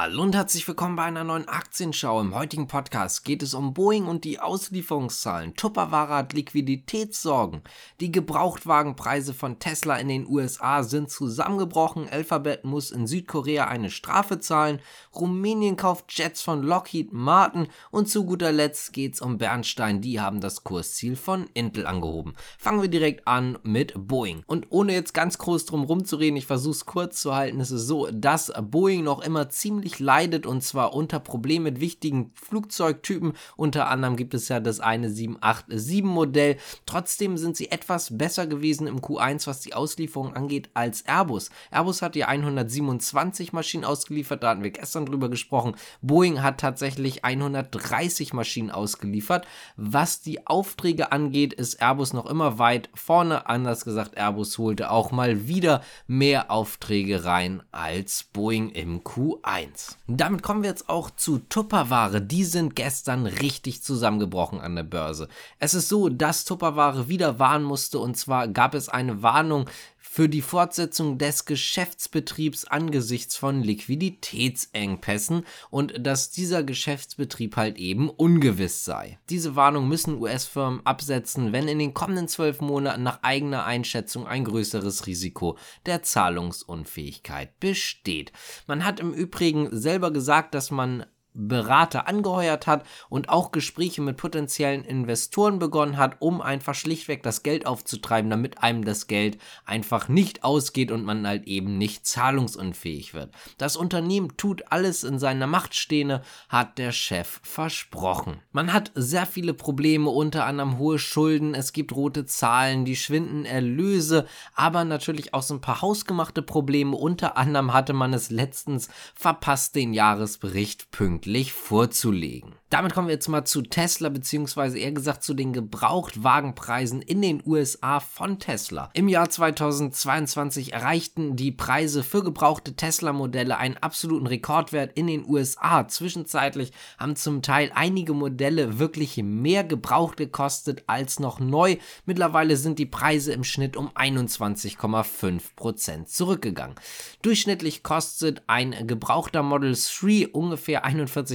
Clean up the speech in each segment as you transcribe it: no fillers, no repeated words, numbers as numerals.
Hallo und herzlich willkommen bei einer neuen Aktienschau. Im heutigen Podcast geht es um Boeing und die Auslieferungszahlen. Tupperware hat Liquiditätssorgen. Die Gebrauchtwagenpreise von Tesla in den USA sind zusammengebrochen. Alphabet muss in Südkorea eine Strafe zahlen. Rumänien kauft Jets von Lockheed Martin. Und zu guter Letzt geht es um Bernstein. Die haben das Kursziel von Intel angehoben. Fangen wir direkt an mit Boeing. Und ohne jetzt ganz groß drum rumzureden, ich versuche es kurz zu halten, ist es so, dass Boeing noch immer ziemlich leidet, und zwar unter Problemen mit wichtigen Flugzeugtypen. Unter anderem gibt es ja das eine 787 Modell. Trotzdem sind sie etwas besser gewesen im Q1, was die Auslieferung angeht, als Airbus. Airbus hat ja 127 Maschinen ausgeliefert, da hatten wir gestern drüber gesprochen. Boeing hat tatsächlich 130 Maschinen ausgeliefert. Was die Aufträge angeht, ist Airbus noch immer weit vorne. Anders gesagt, Airbus holte auch mal wieder mehr Aufträge rein als Boeing im Q1. Damit kommen wir jetzt auch zu Tupperware. Die sind gestern richtig zusammengebrochen an der Börse. Es ist so, dass Tupperware wieder warnen musste, und zwar gab es eine Warnung für die Fortsetzung des Geschäftsbetriebs angesichts von Liquiditätsengpässen und dass dieser Geschäftsbetrieb halt eben ungewiss sei. Diese Warnung müssen US-Firmen absetzen, wenn in den kommenden 12 Monaten nach eigener Einschätzung ein größeres Risiko der Zahlungsunfähigkeit besteht. Man hat im Übrigen selber gesagt, dass man Berater angeheuert hat und auch Gespräche mit potenziellen Investoren begonnen hat, um einfach schlichtweg das Geld aufzutreiben, damit einem das Geld einfach nicht ausgeht und man halt eben nicht zahlungsunfähig wird. Das Unternehmen tut alles in seiner Macht Stehende, hat der Chef versprochen. Man hat sehr viele Probleme, unter anderem hohe Schulden, es gibt rote Zahlen, die schwinden Erlöse, aber natürlich auch so ein paar hausgemachte Probleme. Unter anderem hatte man es letztens verpasst, den Jahresbericht pünktlich vorzulegen. Damit kommen wir jetzt mal zu Tesla, beziehungsweise eher gesagt zu den Gebrauchtwagenpreisen in den USA von Tesla. Im Jahr 2022 erreichten die Preise für gebrauchte Tesla-Modelle einen absoluten Rekordwert in den USA. Zwischenzeitlich haben zum Teil einige Modelle wirklich mehr gebraucht gekostet als noch neu. Mittlerweile sind die Preise im Schnitt um 21,5% zurückgegangen. Durchschnittlich kostet ein gebrauchter Model 3 ungefähr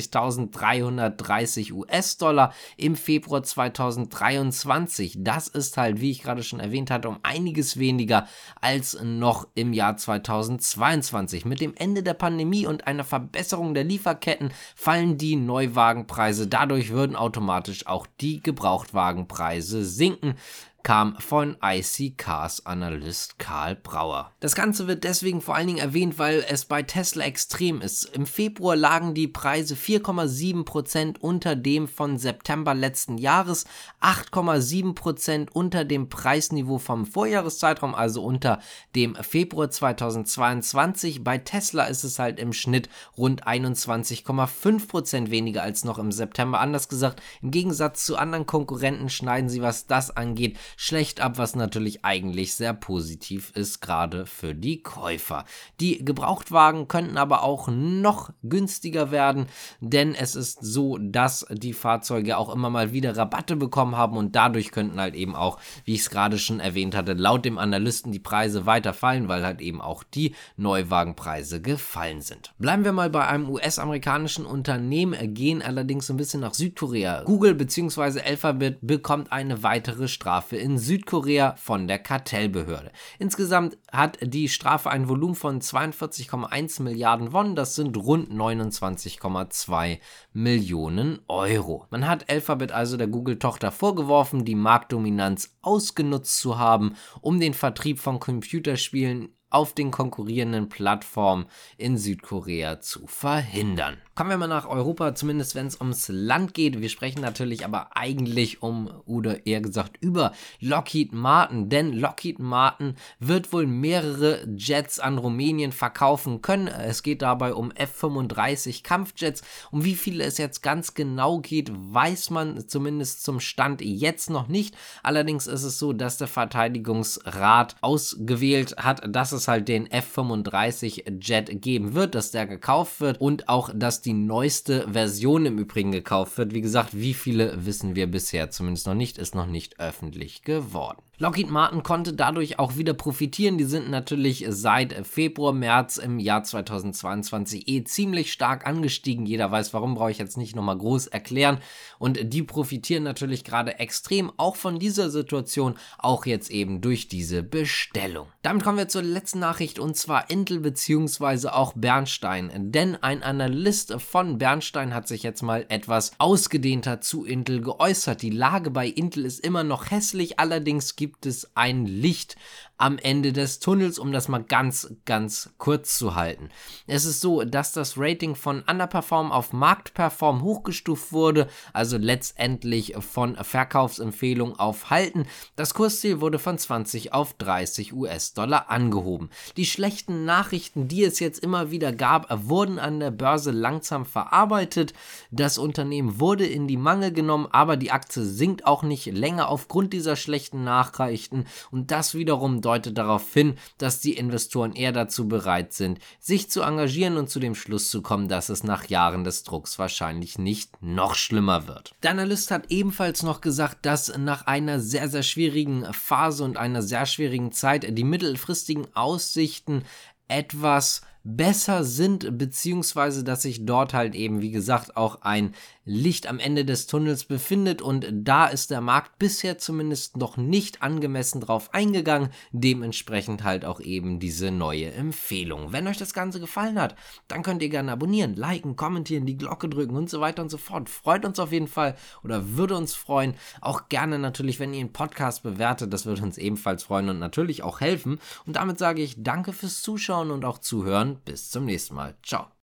41.330 US-Dollar im Februar 2023. Das ist halt, wie ich gerade schon erwähnt hatte, um einiges weniger als noch im Jahr 2022. Mit dem Ende der Pandemie und einer Verbesserung der Lieferketten fallen die Neuwagenpreise. Dadurch würden automatisch auch die Gebrauchtwagenpreise sinken, kam von IC Cars Analyst Karl Brauer. Das Ganze wird deswegen vor allen Dingen erwähnt, weil es bei Tesla extrem ist. Im Februar lagen die Preise 4,7% unter dem von September letzten Jahres, 8,7% unter dem Preisniveau vom Vorjahreszeitraum, also unter dem Februar 2022. Bei Tesla ist es halt im Schnitt rund 21,5% weniger als noch im September. Anders gesagt, im Gegensatz zu anderen Konkurrenten schneiden sie, was das angeht, schlecht ab, was natürlich eigentlich sehr positiv ist, gerade für die Käufer. Die Gebrauchtwagen könnten aber auch noch günstiger werden, denn es ist so, dass die Fahrzeuge auch immer mal wieder Rabatte bekommen haben und dadurch könnten halt eben auch, wie ich es gerade schon erwähnt hatte, laut dem Analysten die Preise weiter fallen, weil halt eben auch die Neuwagenpreise gefallen sind. Bleiben wir mal bei einem US-amerikanischen Unternehmen, gehen allerdings so ein bisschen nach Südkorea. Google bzw. Alphabet bekommt eine weitere Strafe in Südkorea von der Kartellbehörde. Insgesamt hat die Strafe ein Volumen von 42,1 Milliarden Won, das sind rund 29,2 Millionen Euro. Man hat Alphabet, also der Google-Tochter, vorgeworfen, die Marktdominanz ausgenutzt zu haben, um den Vertrieb von Computerspielen auf den konkurrierenden Plattformen in Südkorea zu verhindern. Kommen wir mal nach Europa, zumindest wenn es ums Land geht. Wir sprechen natürlich aber eigentlich oder eher gesagt über Lockheed Martin, denn Lockheed Martin wird wohl mehrere Jets an Rumänien verkaufen können. Es geht dabei um F-35 Kampfjets. Um wie viele es jetzt ganz genau geht, weiß man zumindest zum Stand jetzt noch nicht. Allerdings ist es so, dass der Verteidigungsrat ausgewählt hat, dass es halt den F-35 Jet geben wird, dass der gekauft wird und auch, dass die neueste Version im Übrigen gekauft wird. Wie gesagt, wie viele wissen wir bisher zumindest noch nicht, ist noch nicht öffentlich geworden. Lockheed Martin konnte dadurch auch wieder profitieren. Die sind natürlich seit Februar, März im Jahr 2022 ziemlich stark angestiegen. Jeder weiß warum, brauche ich jetzt nicht nochmal groß erklären. Und die profitieren natürlich gerade extrem auch von dieser Situation, auch jetzt eben durch diese Bestellung. Damit kommen wir zur letzten Nachricht, und zwar Intel bzw. auch Bernstein. Denn ein Analyst von Bernstein hat sich jetzt mal etwas ausgedehnter zu Intel geäußert. Die Lage bei Intel ist immer noch hässlich, allerdings gibt es ein Licht am Ende des Tunnels, um das mal ganz kurz zu halten. Es ist so, dass das Rating von Underperform auf Marktperform hochgestuft wurde, also letztendlich von Verkaufsempfehlung auf Halten. Das Kursziel wurde von 20 auf 30 US-Dollar angehoben. Die schlechten Nachrichten, die es jetzt immer wieder gab, wurden an der Börse langsam verarbeitet. Das Unternehmen wurde in die Mangel genommen, aber die Aktie sinkt auch nicht länger aufgrund dieser schlechten Nachrichten, und das wiederum deutet darauf hin, dass die Investoren eher dazu bereit sind, sich zu engagieren und zu dem Schluss zu kommen, dass es nach Jahren des Drucks wahrscheinlich nicht noch schlimmer wird. Der Analyst hat ebenfalls noch gesagt, dass nach einer sehr schwierigen Phase und einer sehr schwierigen Zeit die mittelfristigen Aussichten etwas besser sind, beziehungsweise dass sich dort halt eben, wie gesagt, auch ein Licht am Ende des Tunnels befindet, und da ist der Markt bisher zumindest noch nicht angemessen drauf eingegangen, dementsprechend halt auch eben diese neue Empfehlung. Wenn euch das Ganze gefallen hat, dann könnt ihr gerne abonnieren, liken, kommentieren, die Glocke drücken und so weiter und so fort. Freut uns auf jeden Fall oder würde uns freuen. Auch gerne natürlich, wenn ihr den Podcast bewertet, das würde uns ebenfalls freuen und natürlich auch helfen. Und damit sage ich danke fürs Zuschauen und auch Zuhören. Bis zum nächsten Mal. Ciao.